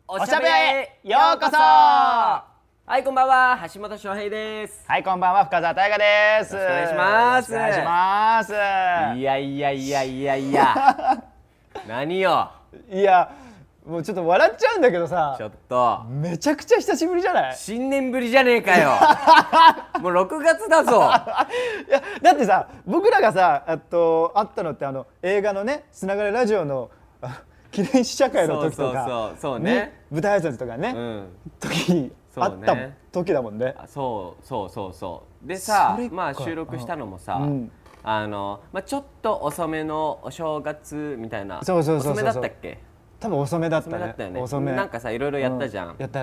おしゃべやへようこそ。はい、こんばんは、橋本翔平です。 はい、こんばんは、深澤大我です。 よろしくお願いします。 お願いします。 何よ。 いや、もうちょっと笑っちゃうんだけどさ。 ちょっと。 めちゃくちゃ久しぶりじゃない？ 新年ぶりじゃねえかよ。もう6月だぞ。 いや、だってさ、僕らがさ、会ったのって映画のね、つながれラジオの記念試写会の時とか、 そうね、 舞台挨拶とかね、時に会った時だもんね。 そうでさ、まあ収録したのもさ、まあちょっと遅めのお正月みたいな。遅めだったっけ？ 多分遅めだったね。 遅め。なんかさ、いろいろやったじゃん。 やった。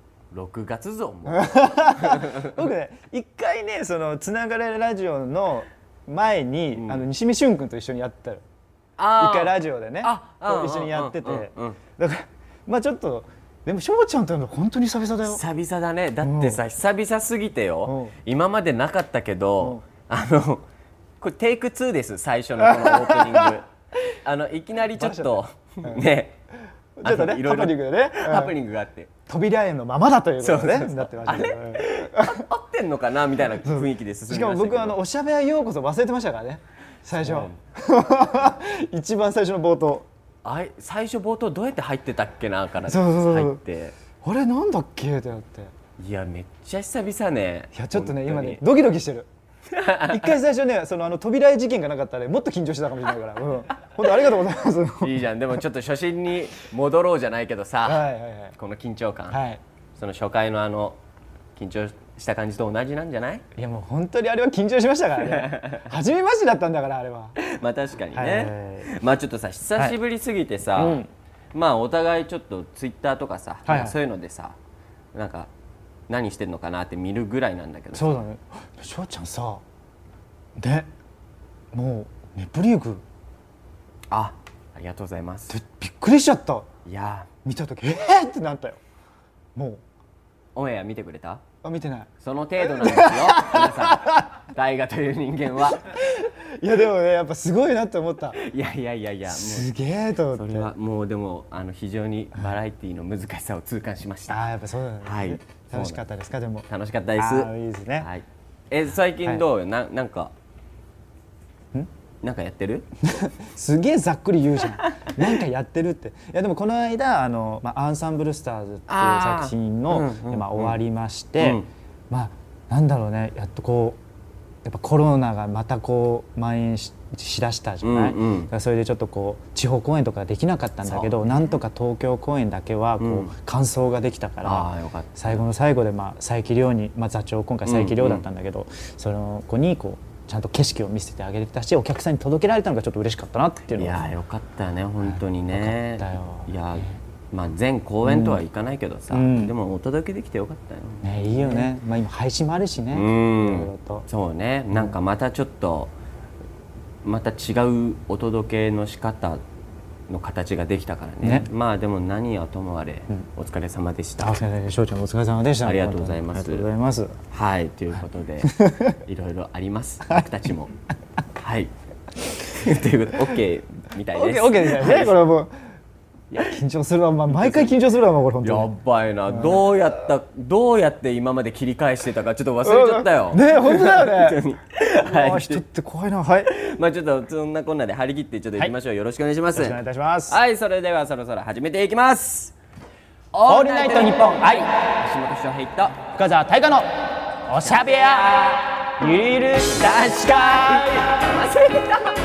6月ぞもう。 僕ね、一回ね、そのつながれラジオの前に西見俊君と一緒にやったよ。一回ラジオでね一緒にやってて、だからまあちょっとでも翔ちゃんとやるの本当に久々だよ。 久々だね。だってさ、久々すぎてよ、今までなかったけど、これテイク2です。最初のこのオープニングいきなりちょっとね、 ちょっとね、ハプニングでね、 ハプニングがあって、 扉絵のままだということでね、なってましたけど、 合ってんのかなみたいな雰囲気で進みましたけど、 しかも僕おしゃべやようこそ忘れてましたからね、最初。一番最初の冒頭、 最初冒頭どうやって入ってたっけなから入って、 あれなんだっけってなって、 いやめっちゃ久々ね。 いやちょっとね、今ねドキドキしてる。一回最初ね、扉絵事件がなかったらもっと緊張してたかもしれないから、本当ありがとうございます。 いいじゃん。でもちょっと初心に戻ろうじゃないけどさ、この緊張感、その初回の緊張した感じと同じなんじゃない？ いやもう本当にあれは緊張しましたからね。初めましてだったんだから、あれは。 まあ確かにね。まあちょっとさ、久しぶりすぎてさ、まあお互いちょっとツイッターとかさ、そういうのでさ、なんか何してんのかなって見るぐらいなんだけど。 そうだね。翔ちゃんさ、でもうネプリーグ、 ありがとうございます。 びっくりしちゃった。 いや見た時ってなったよ。もうオンエア見てくれた？ 見てない。 その程度なんですよ皆さん。大河という人間は。 いやでもね、やっぱすごいなって思った。 いやすげえと思って。 それはもうでも非常にバラエティの難しさを痛感しました。 やっぱそうだね。はい。楽しかったですか？でも楽しかったです。 いいですね。 はい。最近どうよ？なんかやってる？ すげえざっくり言うじゃん。なんかやってるって。いやでもこの間アンサンブルスターズっていう作品の終わりまして、まあなんだろうね、やっとこうやっぱコロナがまたこう蔓延しだしたじゃない。だからそれでちょっとこう地方公演とかできなかったんだけど、なんとか東京公演だけはこう完走ができたから、最後の最後で佐伯亮に座長、今回佐伯亮だったんだけど、その子にこうちゃんと景色を見せてあげれたし、お客さんに届けられたのがちょっと嬉しかったなっていうのは。 いやよかったよね、本当にね。 よかったよ。 いやまあ全公演とはいかないけどさ、でもお届けできてよかったよね。いいよね。まあ今配信もあるしね。 そうね。なんかまたちょっとまた違うお届けの仕方の形ができたからね。まあでも何はともあれお疲れ様でした。 翔ちゃんお疲れ様でした。 ありがとうございます。 ありがとうございます。 はい、ということでいろいろあります。僕たちもはいということで OK みたいです。 OK みたいですね。これはもう緊張するわ。毎回緊張するわこれ本当に。 やばいな。どうやって今まで切り返してたかちょっと忘れちゃったよ。 ね、本当だよね。 はい。 人って怖いな。はい。 まあちょっとそんなこんなで張り切ってちょっと行きましょう。よろしくお願いします。 よろしくお願いいたします。 はい、それではそろそろ始めていきます。 オールナイトニッポン愛、 橋本翔平と深澤大我のおしゃべやゆる男子会。 忘れてた。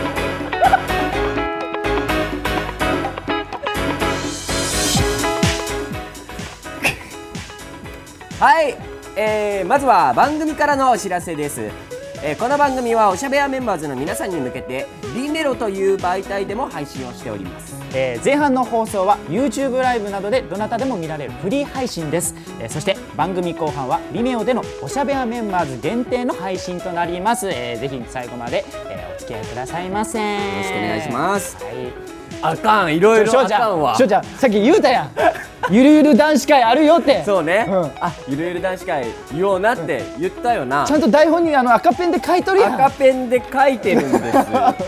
はい、まずは番組からのお知らせです。この番組はおしゃべやメンバーズの皆さんに向けて B メロという媒体でも配信をしております。 前半の放送は YouTube ライブなどでどなたでも見られるフリー配信です。そして番組後半は Vimeo でのおしゃべやメンバーズ限定の配信となります。ぜひ最後まで、お付き合いくださいませ。よろしくお願いします。 はい、 あかん、いろいろあかんわ。 翔ちゃんさっき言うたやん。ゆるゆる男子会あるよって。 そうね、ゆるゆる男子会言おうなって言ったよな。 ちゃんと台本に赤ペンで書いとるやん。 赤ペンで書いてるんですこ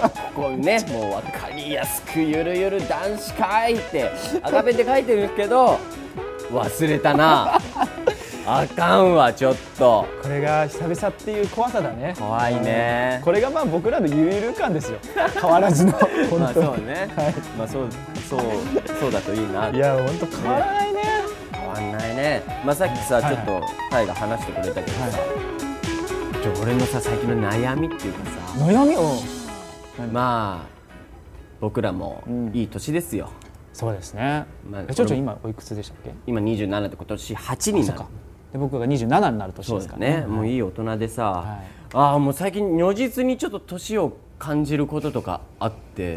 こうねもう分かりやすくゆるゆる男子会って赤ペンで書いてるけど忘れたなあかんわちょっとこれが久々っていう怖さだね。 怖いね。 これがまあ僕らのゆるゆる感ですよ変わらずの本当まあそうね、はい、まあそうだといいな。 いや本当変わらないね。 変わんないね。まあさっきさ、ちょっとタイが話してくれたけどさ、俺のさ最近の悩みっていうかさ、 悩みをまあ僕らもいい年ですよ。 そうですね。ちょ今おいくつでしたっけ？ 今27で今年8になる。 で僕が27になる年ですからね。 もういい大人でさ、ああもう最近如実にちょっと年を感じることとかあって。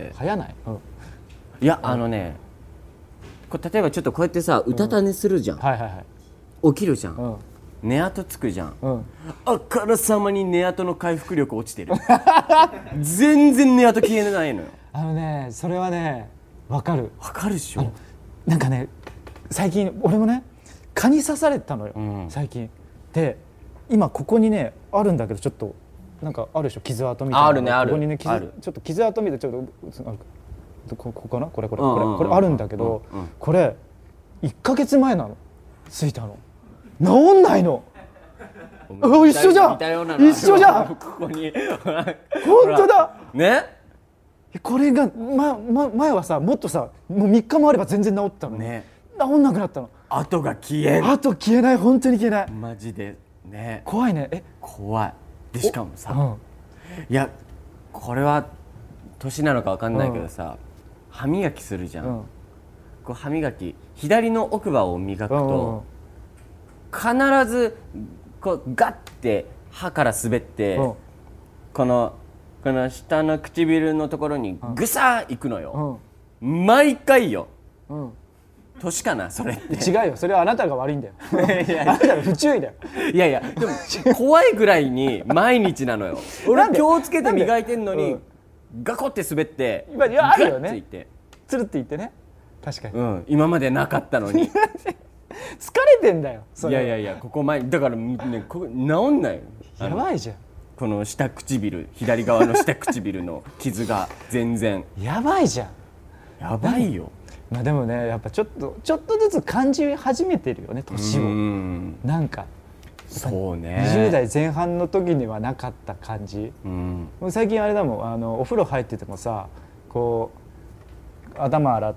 早ない？ いやこれ例えばちょっとこうやってさうたた寝するじゃん。起きるじゃん。寝跡つくじゃん。あからさまに寝跡の回復力落ちてる。全然寝跡消えないのよ。 それはねわかるでしょ。 なんかね最近俺もね蚊に刺されたのよ、最近で今ここにねあるんだけどちょっとなんかあるでしょ傷跡みたいな。 あるねある。 ここにねちょっと傷跡みたいなちょっとここかなこれあるんだけどこれ1ヶ月前なのついたの治んないの。一緒じゃん一緒じゃん。 ここに本当だね。 これが前はさもっとさもう3日もあれば全然治ったのね。治んなくなったの。 跡が消えん。 跡消えない本当に消えない。 マジでね。 怖いね。 怖い。でしかもさ、いやこれは年なのかわかんないけどさ、歯磨きするじゃん。こう歯磨き左の奥歯を磨くと必ずこうガッて歯から滑ってこの下の唇のところにぐさーいくのよ。毎回よ。年かなそれって。 違うよそれはあなたが悪いんだよ。あなたが不注意だよ。 いやいやでも怖いぐらいに毎日なのよ。俺気をつけて磨いてんのにガコって滑ってあるよね。つるっていってね。確かに。 今までなかったのに。 疲れてんだよ。 いやいやここ前だからね治んないよ。 やばいじゃん。 この下唇左側の下唇の傷が全然やばいじゃん。 やばいよ。 まあでもねやっぱちょっとずつ感じ始めてるよね年を。なんかそうね 20代前半の時にはなかった感じ。最近あれだもんお風呂入っててもさこう頭洗って、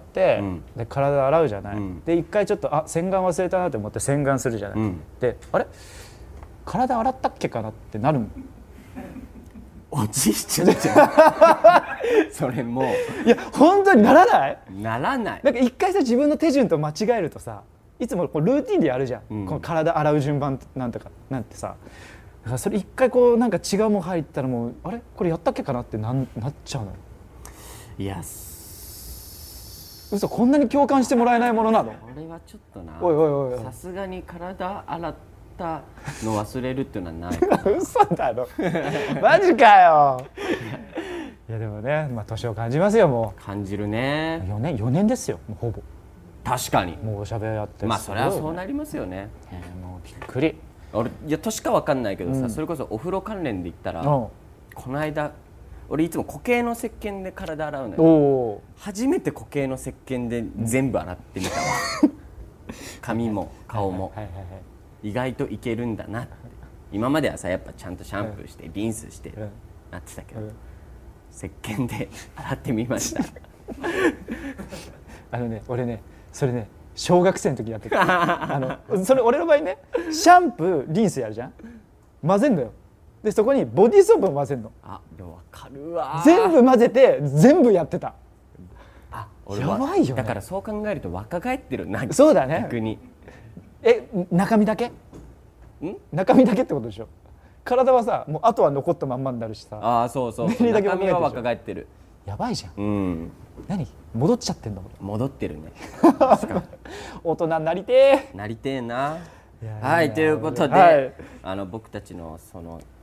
で体洗うじゃない。で一回ちょっと洗顔忘れたなと思って洗顔するじゃない。であれ体洗ったっけかなってなるもん。 おじいちゃんじゃん。それもいや本当にならない？ ならない。 なんか一回さ自分の手順と間違えるとさいつもこうルーティンでやるじゃん、この体洗う順番なんとかなんてさ、だからそれ一回こうなんか違うもん入ったらもうあれこれやったっけかなってなっちゃうのよ。いや嘘こんなに共感してもらえないものなの？ これはちょっとなおいさすがに体洗ったの忘れるっていうのはない嘘だろマジかよ。いやでもね、まあ年を感じますよ。もう感じるね。 4年ですよもうほぼ。 確かにもうおしゃべりやってまあそれはそうなりますよね。 もうびっくり。 俺いや年かわかんないけどさ、それこそお風呂関連で言ったらこの間俺いつも固形の石鹸で体洗うのよ。初めて固形の石鹸で全部洗ってみたわ。髪も顔も意外といけるんだなって。今まではさやっぱちゃんとシャンプーしてリンスしてなってたけど、石鹸で洗ってみました。 俺ねそれね小学生の時やってた。それ俺の場合ねシャンプーリンスやるじゃん。混ぜんのよ。でそこにボディーソープを混ぜんの。 でも分かるわ。 全部混ぜて全部やってた。 俺やばいよね。 だからそう考えると若返ってるな。 そうだね。 逆に中身だけ中身だけってことでしょ。体はさもうあとは残ったまんまになるしさ。 そう中身は若返ってる。 やばいじゃん。何戻っちゃってんの？ 戻ってるね。 大人になりてえな。はいということで、僕たちのその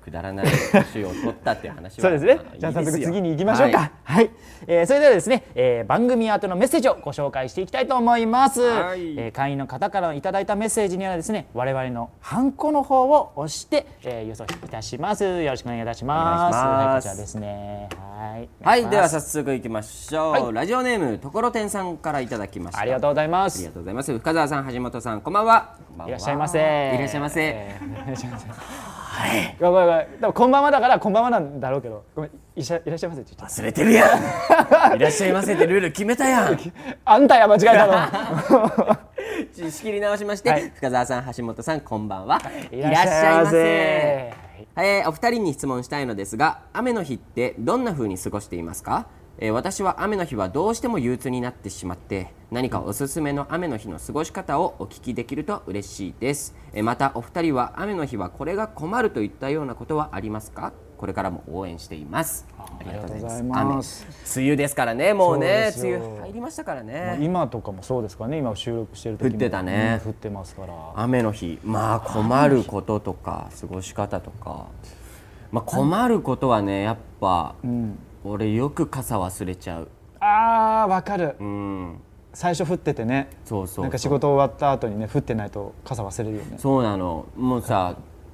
くだらない年を取ったっていう話はそうですね。じゃあ早速次に行きましょうか。はい。それではですね、番組宛てのメッセージをご紹介していきたいと思います。会員の方からいただいたメッセージにはですね、我々のハンコの方を押して、郵送いたします。よろしくお願いいたします。はい、こちらですね。 はい、では早速いきましょう。ラジオネームところてんさんからいただきました。 ありがとうございます。 ありがとうございます。深澤さん、橋本さん、こんばんは。 いらっしゃいませ。 いらっしゃいませ。 はい。ごめんごめん。多分こんばんはだからこんばんはなんだろうけど、ごめんいらっしゃいませって言っちゃった。 忘れてるやん。いらっしゃいませってルール決めたやん。 あんたや間違えたの。 仕切り直しまして、深澤さん、橋本さん、こんばんは。 いらっしゃいませ。 お二人に質問したいのですが、雨の日ってどんな風に過ごしていますか？私は雨の日はどうしても憂鬱になってしまって、何かおすすめの雨の日の過ごし方をお聞きできると嬉しいです。またお二人は雨の日はこれが困るといったようなことはありますか？これからも応援しています。ありがとうございます。梅雨ですからね、もうね、梅雨入りましたからね。 今とかもそうですかね。今収録してる時も降ってたね。 降ってますから。 雨の日、まあ困ることとか過ごし方とか、まあ困ることはね、やっぱ、俺よく傘忘れちゃう。 あー、わかる。最初降っててね。そうそう。なんか仕事終わった後にね、降ってないと傘忘れるよね。 そうなの。もうさ、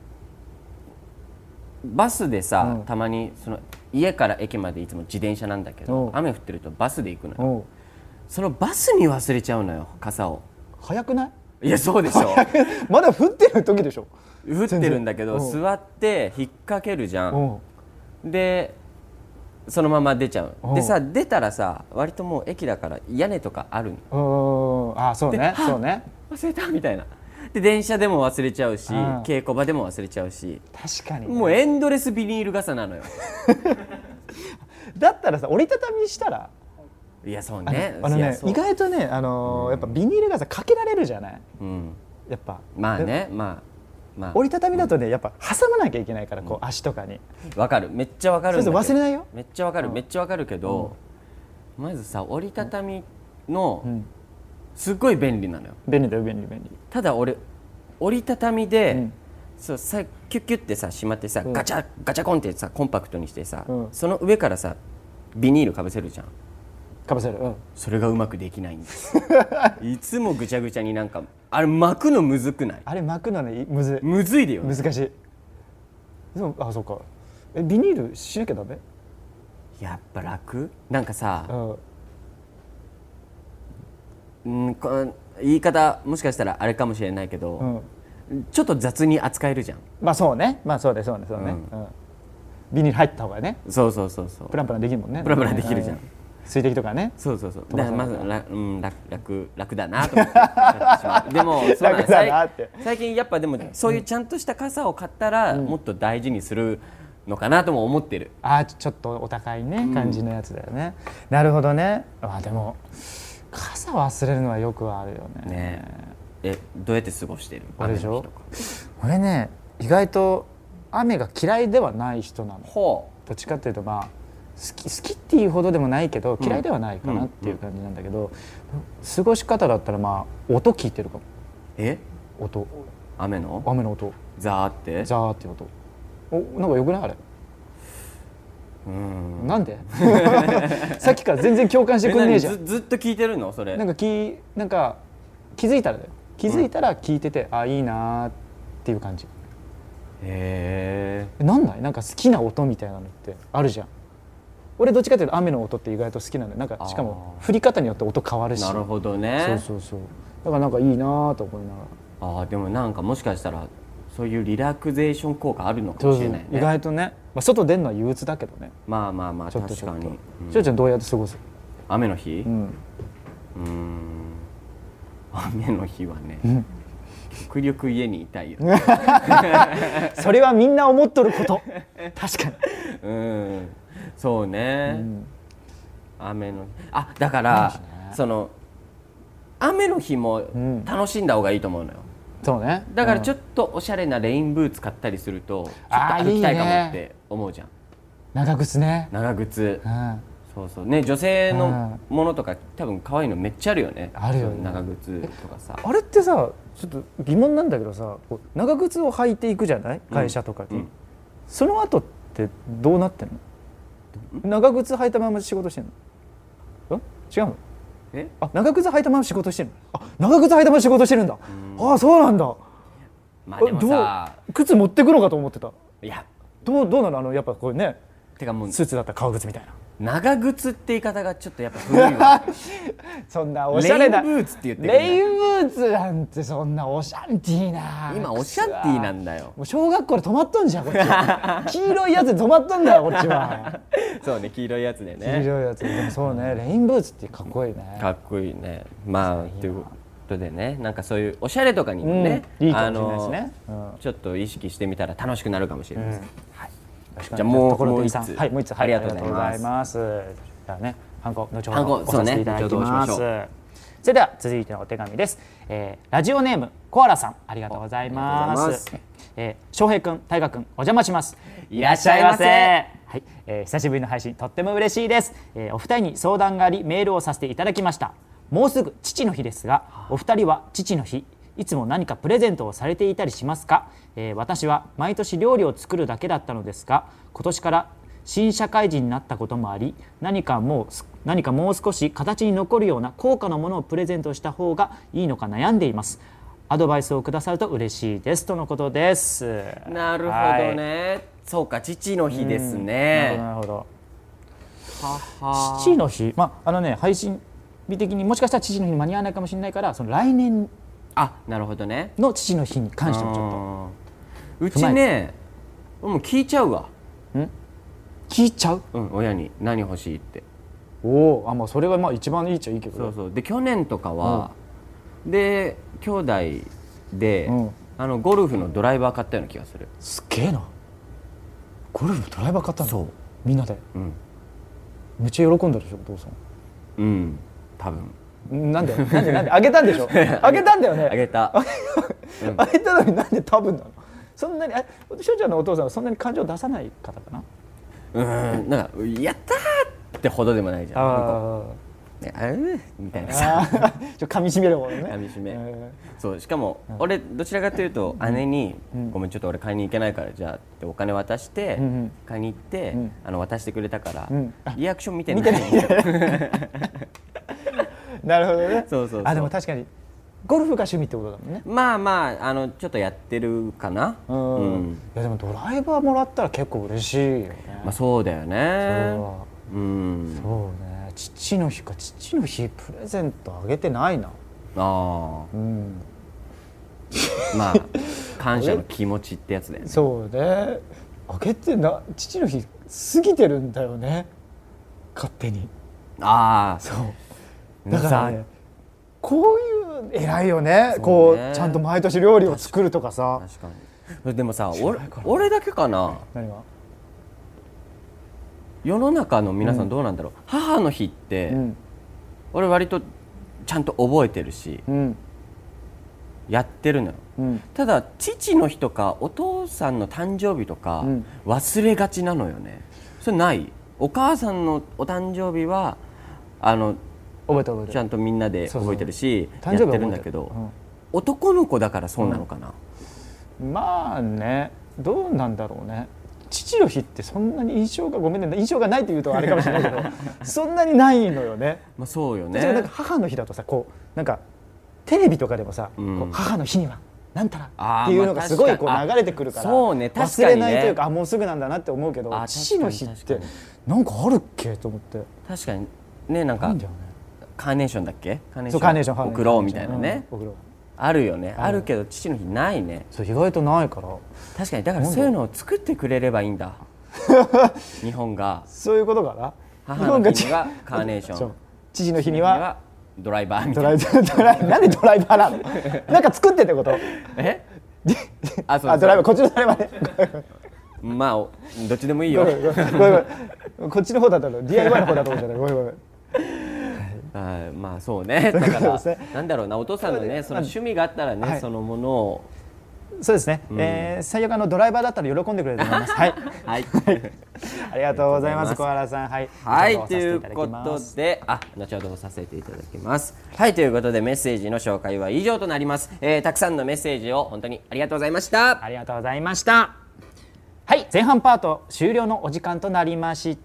バスでさ、たまにその家から駅までいつも自転車なんだけど、雨降ってるとバスで行くのよ。そのバスに忘れちゃうのよ、傘を。 早くない？ いや、そうでしょ。 まだ降ってる時でしょ。 降ってるんだけど、座って引っ掛けるじゃん。でそのまま出ちゃう。でさ、出たらさ、割ともう駅だから屋根とかあるの。あ、そうね、そうね。 忘れたみたいな。で電車でも忘れちゃうし、稽古場でも忘れちゃうし。 確かに、 もうエンドレスビニール傘なのよ。 だったらさ、折りたたみしたら。 いや、そうね。 意外とね、やっぱビニール傘かけられるじゃない。やっぱ。 まあね、まあ折りたたみだとね、やっぱ挟まなきゃいけないから、こう足とかに。 わかる、めっちゃわかるんだけど。 忘れないよ。 めっちゃわかる、めっちゃわかるけど、まずさ、折りたたみのすごい便利なのよ。 便利だよ、便利便利。 ただ俺折りたたみで、そうさ、キュッキュッてさしまってさ、ガチャガチャコンってさコンパクトにしてさ、その上からさビニールかぶせるじゃん。 かぶせる。 それがうまくできないんです。いつもぐちゃぐちゃになんか、あれ巻くのむずくない？ あれ巻くのね、むずいでよね。 難しい。あ、そうか。ビニールしなきゃダメ？ やっぱ楽？なんかさ、言い方もしかしたらあれかもしれないけど、ちょっと雑に扱えるじゃん。 まあそうね、まあそうね、そうね、そうね。ビニール入った方がね。 そうそうそうそう。 プランプランできるもんね。 プランプランできるじゃん。 水滴とかね。 そうそうそう。まず楽だなと思って。でも最近やっぱでもそういうちゃんとした傘を買ったらもっと大事にするのかなとも思ってる。 あ、ちょっとお高いね感じのやつだよね。なるほどね。あ、でも傘忘れるのはよくあるよね。 どうやって過ごしてる？ 俺でしょ。俺ね、意外と雨が嫌いではない人なの。どっちかっていうと、まあ好きっていうほどでもないけど嫌いではないかなっていう感じなんだけど、過ごし方だったらまあ音聞いてるかも。音。雨の音。 ザーって音。なんかよくないあれ？なんで？さっきから全然共感してくんねえじゃん。 ずっと聞いてるのそれ？ なんか気づいたらだよ。気づいたら聞いてて、あ、いいなっていう感じ。なんない？なんか好きな音みたいなのってあるじゃん。俺どっちかというと雨の音って意外と好きなんだよ。なんかしかも降り方によって音変わるし。 なるほどね。 そう。だからなんかいいなと思いながら。 でもなんかもしかしたらそういうリラクゼーション効果あるのかもしれないね。 意外とね。まあ外出るのは憂鬱だけどね。 まあ確かに。 しょうちゃんどうやって過ごす？ 雨の日？雨の日はね、極力家にいたいよ。 それはみんな思っとること。確かに。 そうね。雨の日。だからその雨の日も楽しんだ方がいいと思うのよ。 そうね。 だからちょっとおしゃれなレインブーツ買ったりするとちょっと歩きたいかもって思うじゃん。 長靴ね。 長靴。そうね、女性のものとか多分可愛いのめっちゃあるよね。 あるよね。 長靴とかさ。 あれってさ、ちょっと疑問なんだけどさ、長靴を履いていくじゃない？会社とかに。 その後ってどうなってんの？長靴履いたまま仕事してんの？違うの？長靴履いたまま仕事してるの？長靴履いたまま仕事してるんだ。そうなんだ。 まあでもさ、 靴持ってくのかと思ってた。 いやどうなのやっぱこれね、 てかもうスーツだったら革靴みたいな。 長靴って言い方がちょっとやっぱ古いわそんなおしゃれなレインブーツって言ってくるレインブーツなんてそんなオシャンティーな。 今オシャンティーなんだよ。 もう小学校で止まっとんじゃんこっちは黄色いやつで止まっとんだよこっちはそうね、黄色いやつでね。 黄色いやつでもそうね、レインブーツってかっこいいね。 かっこいいね。まあということでね、なんかそういうおしゃれとかにもね、 いいかもしれないですね。 ちょっと意識してみたら楽しくなるかもしれないです。 じゃあもう一つ、はい、もう一つ、 ありがとうございます。 じゃあね、ハンコ後ほど押させていただきます。 それでは続いてのお手紙です。ラジオネームコアラさん、ありがとうございます。翔平くん、大河くん、お邪魔します。 いらっしゃいませ。 はい、久しぶりの配信とっても嬉しいです。お二人に相談がありメールをさせていただきました。もうすぐ父の日ですが、お二人は父の日いつも何かプレゼントをされていたりしますか？私は毎年料理を作るだけだったのですが、今年から新社会人になったこともあり、何かもう少し形に残るような高価なものをプレゼントした方がいいのか悩んでいます。アドバイスをくださると嬉しいですとのことです。 なるほどね、そうか、父の日ですね。 なるほど。父の日、配信日的にもしかしたら父の日に間に合わないかもしれないから、その来年なるほどねの父の日に関してもちょっとうちね、もう聞いちゃうわ。 聞いちゃう？ 親に何欲しいって。 まあそれが一番いいっちゃいいけど。 そうで去年とかは、で兄弟で、ゴルフのドライバー買ったような気がする。 すげえな。ゴルフのドライバー買ったの？そう、みんなで。めっちゃ喜んだでしょお父さん。 多分。 なんであげたんでしょあげたんだよね。 あげたあげたのになんで多分なの？そんなにしょうちゃんのお父さんはそんなに感情出さない方かな？ なんかやったーってほどでもないじゃん。みたいなさ噛み締めるもんね。 噛み締め。そう、しかも俺どちらかというと姉にごめんちょっと俺買いに行けないからじゃあってお金渡して買いに行って渡してくれたからリアクション見てない。 なるほどね。 そうでも確かにゴルフが趣味ってことだもんね。 まあちょっとやってるかな。 いやでもドライバーもらったら結構嬉しいよね。 そうだよね。 そうね。父の日か。父の日プレゼントあげてないな。まあ感謝の気持ちってやつだよね。 そうね。あげて父の日過ぎてるんだよね。勝手に。そうだからね、こういう偉いよね。こうちゃんと毎年料理を作るとかさ。 確かに。でもさ、俺だけかな。 何が？ 世の中の皆さんどうなんだろう。母の日って俺割とちゃんと覚えてるしやってるのよ。ただ父の日とかお父さんの誕生日とか忘れがちなのよね。それない？お母さんのお誕生日は覚えてるちゃんとみんなで覚えてるしやってるんだけど、男の子だからそうなのかな。 まあね、どうなんだろうね。父の日ってそんなに印象が印象がないというとあれかもしれないけどそんなにないのよね。 そうよね。 なんか母の日だとさ、こうなんかテレビとかでもさ、母の日にはなんたらっていうのがすごいこう流れてくるから、忘れないというか、もうすぐなんだなって思うけど、父の日ってなんかあるっけと思って。 確かにね、なんかカーネーションだっけ？カーネーション送ろうみたいなね。あるよね。あるけど父の日ないね。 そう、意外とないから。 確かに。だからそういうのを作ってくれればいいんだ。日本が。 そういうことかな。 母の日にはカーネーション、 父の日にはドライバーみたいな。 なんでドライバーなの？なんか作ってってこと？ ドライバー、こっちのドライバーね。 まあどっちでもいいよ。 こっちの方だったの DIY の方だと思っちゃった。ごめん。 まあそうね。だからなんだろうな、お父さんのね、その趣味があったらね、そのものを。 そうですね。最悪ドライバーだったら喜んでくれると思います。はい。ありがとうございます、小原さん。はい。 ということで、後ほどさせていただきます。はい、ということでメッセージの紹介は以上となります。たくさんのメッセージを本当にありがとうございました。 ありがとうございました。 はい、前半パート終了のお時間となりました。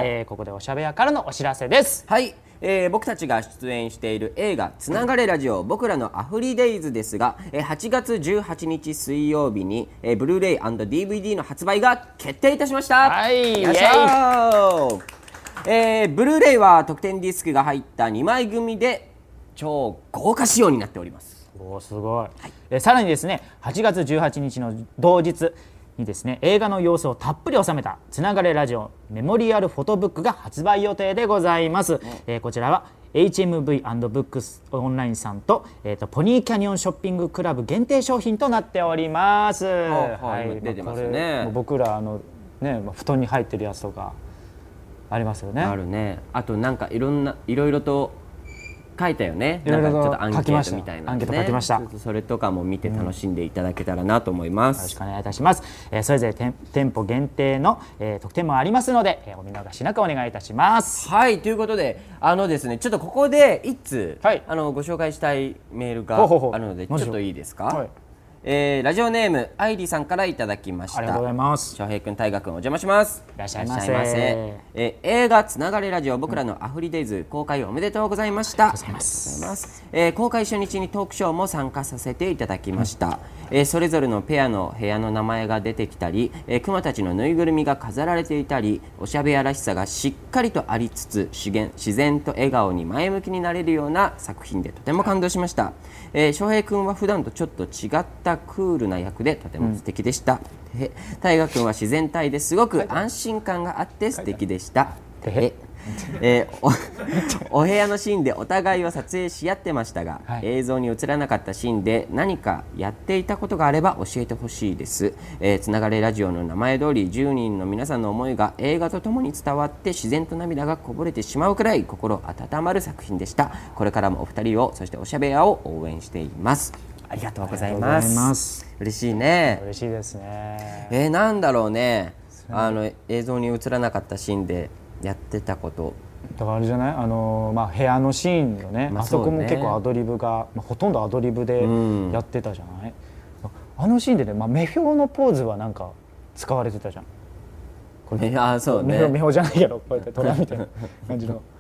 ここでおしゃべやからのお知らせです。 はい、僕たちが出演している映画つながれラジオ僕らのアフリデイズですが、8月18日水曜日に、ブルーレイ&DVD の発売が決定いたしました。 はい、 よいしょー。ブルーレイは特典ディスクが入った2枚組で超豪華仕様になっております。 おー、すごい。さらにですね、8月18日の同日にですね、映画の様子をたっぷり収めたつながれラジオメモリアルフォトブックが発売予定でございます。こちらは HMV&BOOKS オンラインさんと、ポニーキャニオンショッピングクラブ限定商品となっております。 はい、出てますね。 もう僕ら布団に入ってるやつとかありますよね。 あるね。あとなんかいろいろと書いたよね。 いろいろとなんかちょっとアンケートみたいな、 アンケート書きました。 それとかも見て楽しんでいただけたらなと思います。 よろしくお願いいたします。それぞれ店舗限定の、特典もありますので、お見逃しなくお願いいたします。 はい、ということでですね、ちょっとここで一通、 はい、 ご紹介したいメールがあるのでちょっといいですか。はい、ラジオネームアイリさんからいただきました。 ありがとうございます。 翔平くん、大河くん、お邪魔します。 いらっしゃいませ。 映画つながれラジオ僕らのアフリデイズ公開おめでとうございました。公開初日にトークショーも参加させていただきました。それぞれのペアの部屋の名前が出てきたり、クマたちのぬいぐるみが飾られていたり、おしゃべやらしさがしっかりとありつつ自然と笑顔に前向きになれるような作品でとても感動しました。翔平くんは普段とちょっと違ったクールな役でとても素敵でした。大河くんは自然体ですごく安心感があって素敵でした。お部屋のシーンでお互いを撮影し合ってましたが、映像に映らなかったシーンで何かやっていたことがあれば教えてほしいです。つながれラジオの名前通り10人の皆さんの思いが映画とともに伝わって自然と涙がこぼれてしまうくらい心温まる作品でした。これからもお二人をそしておしゃべやを応援しています。ありがとうございます。嬉しいね。 嬉しいですね。 なんだろうね。映像に映らなかったシーンでやってたことだからあれじゃない、部屋のシーンよね。あそこも結構アドリブが、ほとんどアドリブでやってたじゃない。あのシーンでね、目標のポーズはなんか使われてたじゃん。これそうね、 目標じゃないけどこうやって虎みたいな感じの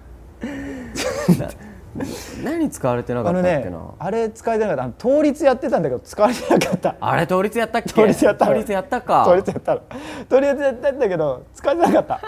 何使われてなかったっけな。 あれ使われてなかった。倒立やってたんだけど使われてなかった。 あれ倒立やったっけ。 倒立やったか。 倒立やったんだけど使われてなかった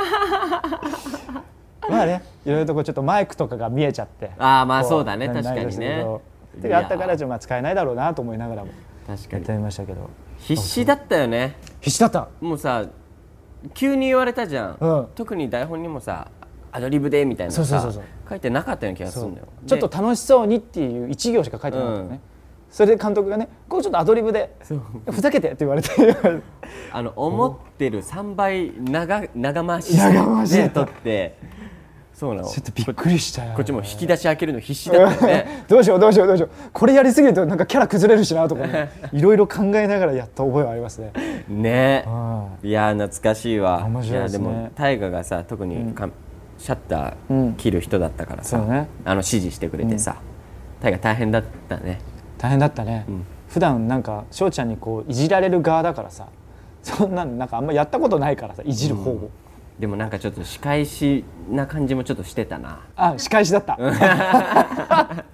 まあね、いろいろとこうちょっとマイクとかが見えちゃって、 まあそうだね、確かにね。 あったからちょっと使えないだろうなと思いながらも確かにやってみましたけど、 必死だったよね。 必死だった。 もうさ急に言われたじゃん、特に台本にもさアドリブでみたいなさ書いてなかったような気がするんだよ。 ちょっと楽しそうにっていう1行しか書いてなかったよね。それで監督がね、こうちょっとアドリブでふざけてって言われて思ってる3倍長回しで撮ってそうなの。 ちょっとびっくりしたよ。 こっちも引き出し開けるの必死だったよねどうしようこれやりすぎるとなんかキャラ崩れるしなとかいろいろ考えながらやった覚えはありますね。 ね、いや懐かしいわ。 面白いですね。 いやでも大河がさ特にシャッター切る人だったからさ、指示してくれてさ、大河大変だったね。 大変だったね。普段なんか翔ちゃんにこういじられる側だからさ、そんなんかあんまやったことないからさ、いじる方を。 でもなんかちょっと仕返しな感じもちょっとしてたな。 仕返しだったはい、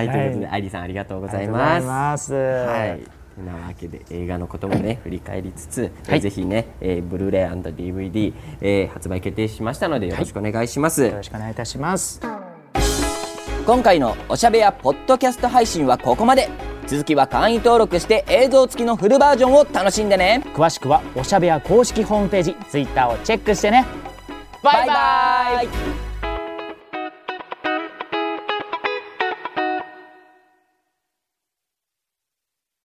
ということでアイリーさんありがとうございます。はい、なわけで映画のこともね振り返りつつ、ぜひね、ブルーレイ&DVD、発売決定しましたのでよろしくお願いします。 よろしくお願いいたします。 今回のおしゃべやポッドキャスト配信はここまで。続きは会員登録して映像付きのフルバージョンを楽しんでね。 詳しくはおしゃべや公式ホームページ、Twitter をチェックしてね。バイバイ。